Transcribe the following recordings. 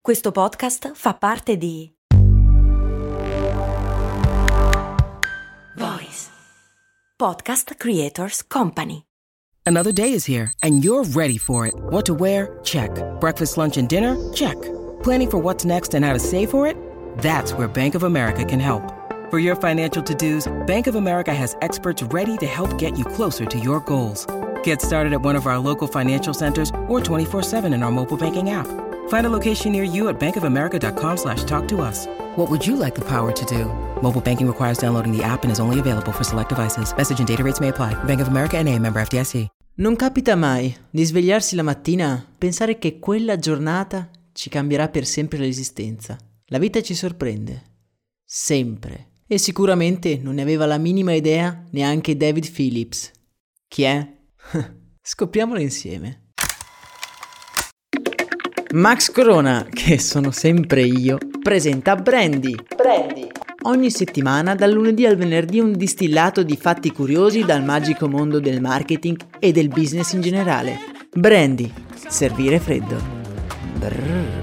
Questo podcast fa parte di Voice Podcast Creators Company. Another day is here, and you're ready for it. What to wear? Check. Breakfast, lunch, and dinner? Check. Planning for what's next and how to save for it? That's where Bank of America can help. For your financial to-dos, Bank of America has experts ready to help get you closer to your goals. Get started at one of our local financial centers or 24/7 in our mobile banking app. Find a location near you at bankofamerica.com/talktous. What would you like the power to do? Mobile banking requires downloading the app and is only available for select devices. Message and data rates may apply. Bank of America N.A., member FDIC. Non capita mai di svegliarsi la mattina, pensare che quella giornata ci cambierà per sempre l'esistenza. La vita ci sorprende. Sempre. E sicuramente non ne aveva la minima idea neanche David Phillips. Chi è? Scopriamolo insieme. Max Corona, che sono sempre io, presenta Brandy. Ogni settimana, dal lunedì al venerdì, un distillato di fatti curiosi dal magico mondo del marketing e del business in generale. Brandy, servire freddo. Brrr.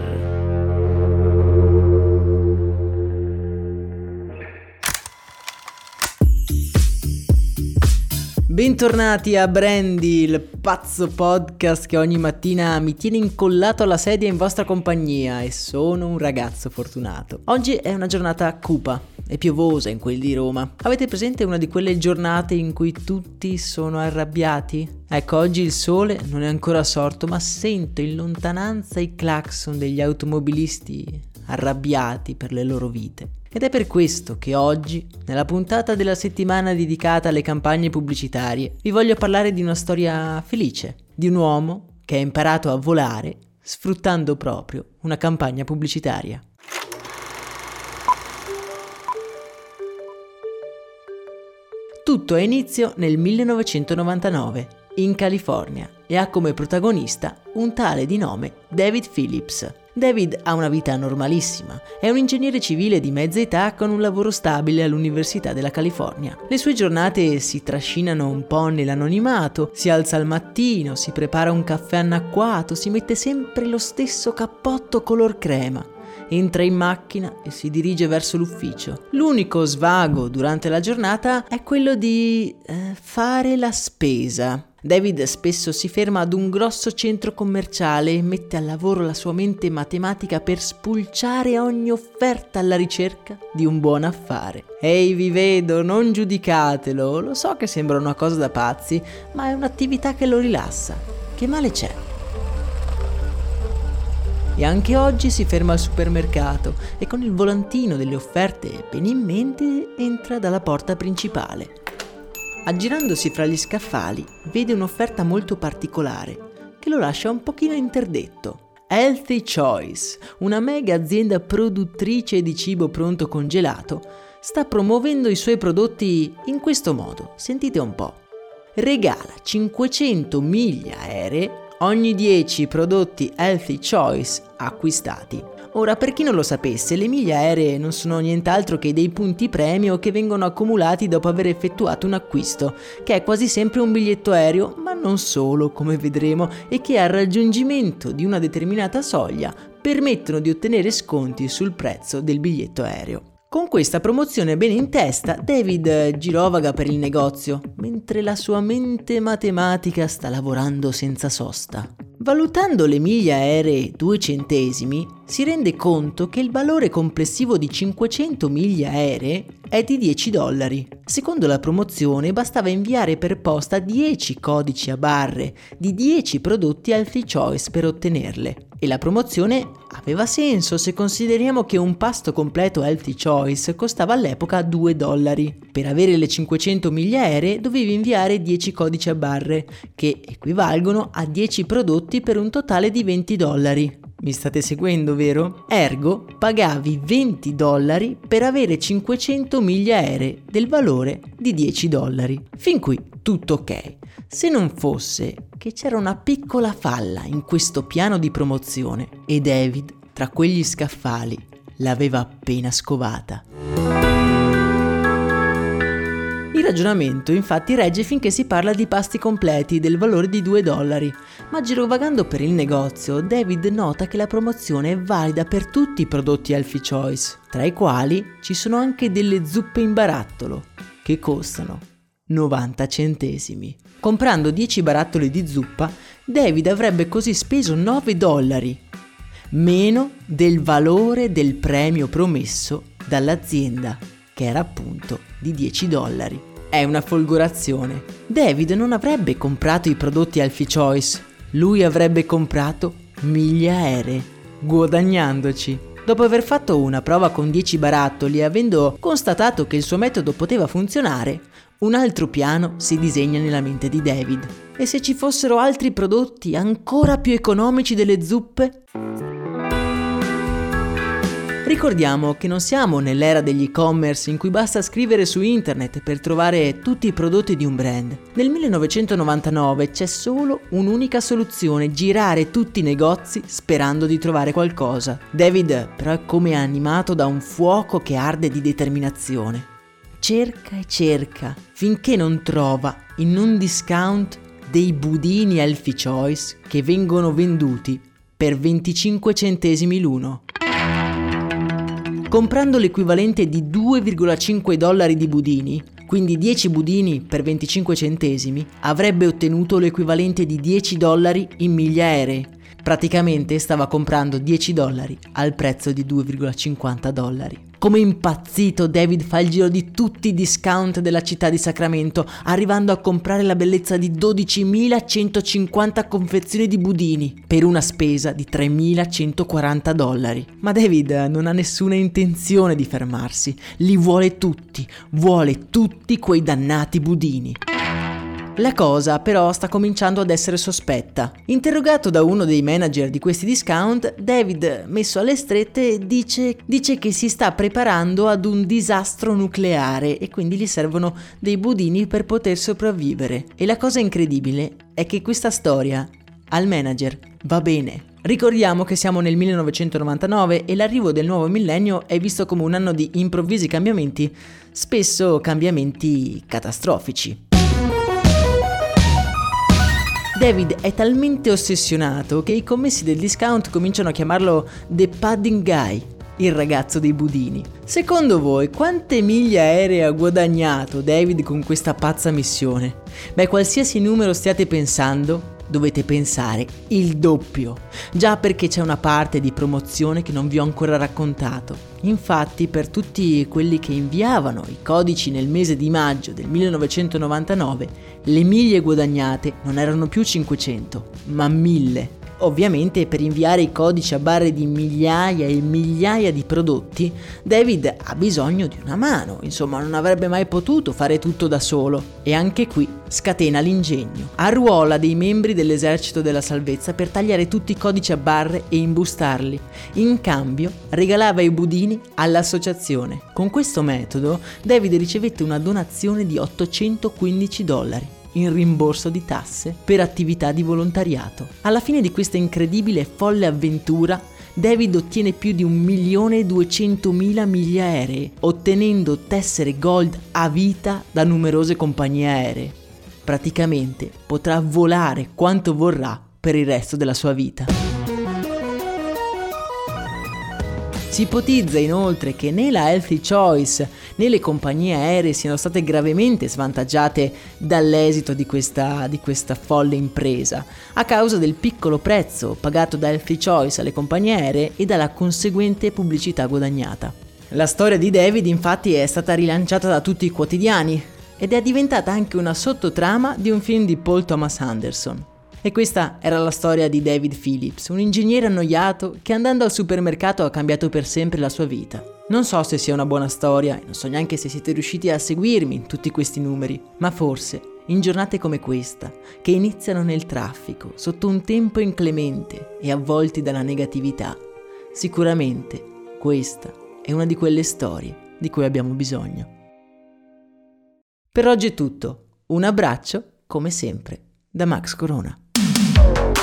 Bentornati a Brandy, il pazzo podcast che ogni mattina mi tiene incollato alla sedia in vostra compagnia e sono un ragazzo fortunato. Oggi è una giornata cupa e piovosa in quel di Roma. Avete presente una di quelle giornate in cui tutti sono arrabbiati? Ecco, oggi il sole non è ancora sorto, ma sento in lontananza i clacson degli automobilisti arrabbiati per le loro vite. Ed è per questo che oggi, nella puntata della settimana dedicata alle campagne pubblicitarie, vi voglio parlare di una storia felice, di un uomo che ha imparato a volare sfruttando proprio una campagna pubblicitaria. Tutto ha inizio nel 1999, in California, e ha come protagonista un tale di nome David Phillips. David ha una vita normalissima, è un ingegnere civile di mezza età con un lavoro stabile all'Università della California. Le sue giornate si trascinano un po' nell'anonimato, si alza al mattino, si prepara un caffè annacquato, si mette sempre lo stesso cappotto color crema, entra in macchina e si dirige verso l'ufficio. L'unico svago durante la giornata è quello di fare la spesa. David spesso si ferma ad un grosso centro commerciale e mette al lavoro la sua mente matematica per spulciare ogni offerta alla ricerca di un buon affare. Ehi, vi vedo, non giudicatelo, lo so che sembra una cosa da pazzi, ma è un'attività che lo rilassa. Che male c'è? E anche oggi si ferma al supermercato e con il volantino delle offerte ben in mente entra dalla porta principale. Aggirandosi fra gli scaffali, vede un'offerta molto particolare che lo lascia un pochino interdetto. Healthy Choice, una mega azienda produttrice di cibo pronto congelato, sta promuovendo i suoi prodotti in questo modo. Sentite un po'. Regala 500 miglia aeree ogni 10 prodotti Healthy Choice acquistati. Ora, per chi non lo sapesse, le miglia aeree non sono nient'altro che dei punti premio che vengono accumulati dopo aver effettuato un acquisto, che è quasi sempre un biglietto aereo, ma non solo, come vedremo, e che al raggiungimento di una determinata soglia permettono di ottenere sconti sul prezzo del biglietto aereo. Con questa promozione bene in testa, David girovaga per il negozio, mentre la sua mente matematica sta lavorando senza sosta. Valutando le miglia aeree 2 centesimi, si rende conto che il valore complessivo di 500 miglia aeree è di $10. Secondo la promozione bastava inviare per posta 10 codici a barre di 10 prodotti Healthy Choice per ottenerle. E la promozione aveva senso se consideriamo che un pasto completo Healthy Choice costava all'epoca $2. Per avere le 500 miglia aeree dovevi inviare 10 codici a barre, che equivalgono a 10 prodotti per un totale di $20. Mi state seguendo, vero? Ergo, pagavi $20 per avere 500 miglia aeree del valore di $10. Fin qui tutto ok. Se non fosse che c'era una piccola falla in questo piano di promozione e David, tra quegli scaffali, l'aveva appena scovata. Il ragionamento infatti regge finché si parla di pasti completi del valore di $2, ma girovagando per il negozio David nota che la promozione è valida per tutti i prodotti Healthy Choice, tra i quali ci sono anche delle zuppe in barattolo, che costano 90 centesimi. Comprando 10 barattoli di zuppa, David avrebbe così speso $9, meno del valore del premio promesso dall'azienda, che era appunto di $10. È una folgorazione. David non avrebbe comprato i prodotti Healthy Choice, lui avrebbe comprato miglia aeree, guadagnandoci. Dopo aver fatto una prova con 10 barattoli e avendo constatato che il suo metodo poteva funzionare, un altro piano si disegna nella mente di David. E se ci fossero altri prodotti ancora più economici delle zuppe? Ricordiamo che non siamo nell'era degli e-commerce in cui basta scrivere su internet per trovare tutti i prodotti di un brand. Nel 1999 c'è solo un'unica soluzione: girare tutti i negozi sperando di trovare qualcosa. David però è come animato da un fuoco che arde di determinazione. Cerca e cerca finché non trova in un discount dei budini Healthy Choice che vengono venduti per 25 centesimi l'uno. Comprando l'equivalente di $2,5 di budini, quindi 10 budini per 25 centesimi, avrebbe ottenuto l'equivalente di $10 in miglia aeree. Praticamente stava comprando $10 al prezzo di $2,50. Come impazzito, David fa il giro di tutti i discount della città di Sacramento, arrivando a comprare la bellezza di 12.150 confezioni di budini, per una spesa di $3.140. Ma David non ha nessuna intenzione di fermarsi, li vuole tutti quei dannati budini. La cosa però sta cominciando ad essere sospetta. Interrogato da uno dei manager di questi discount, David, messo alle strette, dice che si sta preparando ad un disastro nucleare e quindi gli servono dei budini per poter sopravvivere. E la cosa incredibile è che questa storia al manager va bene. Ricordiamo che siamo nel 1999 e l'arrivo del nuovo millennio è visto come un anno di improvvisi cambiamenti, spesso cambiamenti catastrofici. David è talmente ossessionato che i commessi del discount cominciano a chiamarlo The Pudding Guy, il ragazzo dei budini. Secondo voi, quante miglia aeree ha guadagnato David con questa pazza missione? Beh, qualsiasi numero stiate pensando, dovete pensare il doppio, già perché c'è una parte di promozione che non vi ho ancora raccontato. Infatti, per tutti quelli che inviavano i codici nel mese di maggio del 1999, le miglia guadagnate non erano più 500, ma 1000. Ovviamente per inviare i codici a barre di migliaia e migliaia di prodotti, David ha bisogno di una mano, insomma non avrebbe mai potuto fare tutto da solo. E anche qui scatena l'ingegno. Arruola dei membri dell'esercito della salvezza per tagliare tutti i codici a barre e imbustarli. In cambio regalava i budini all'associazione. Con questo metodo David ricevette una donazione di $815. In rimborso di tasse per attività di volontariato. Alla fine di questa incredibile e folle avventura, David ottiene più di 1.200.000 miglia aeree, ottenendo tessere gold a vita da numerose compagnie aeree. Praticamente potrà volare quanto vorrà per il resto della sua vita. Si ipotizza inoltre che né la Healthy Choice né le compagnie aeree siano state gravemente svantaggiate dall'esito di questa folle impresa, a causa del piccolo prezzo pagato da Healthy Choice alle compagnie aeree e dalla conseguente pubblicità guadagnata. La storia di David infatti è stata rilanciata da tutti i quotidiani ed è diventata anche una sottotrama di un film di Paul Thomas Anderson. E questa era la storia di David Phillips, un ingegnere annoiato che andando al supermercato ha cambiato per sempre la sua vita. Non so se sia una buona storia e non so neanche se siete riusciti a seguirmi in tutti questi numeri, ma forse in giornate come questa, che iniziano nel traffico, sotto un tempo inclemente e avvolti dalla negatività, sicuramente questa è una di quelle storie di cui abbiamo bisogno. Per oggi è tutto, un abbraccio come sempre da Max Corona.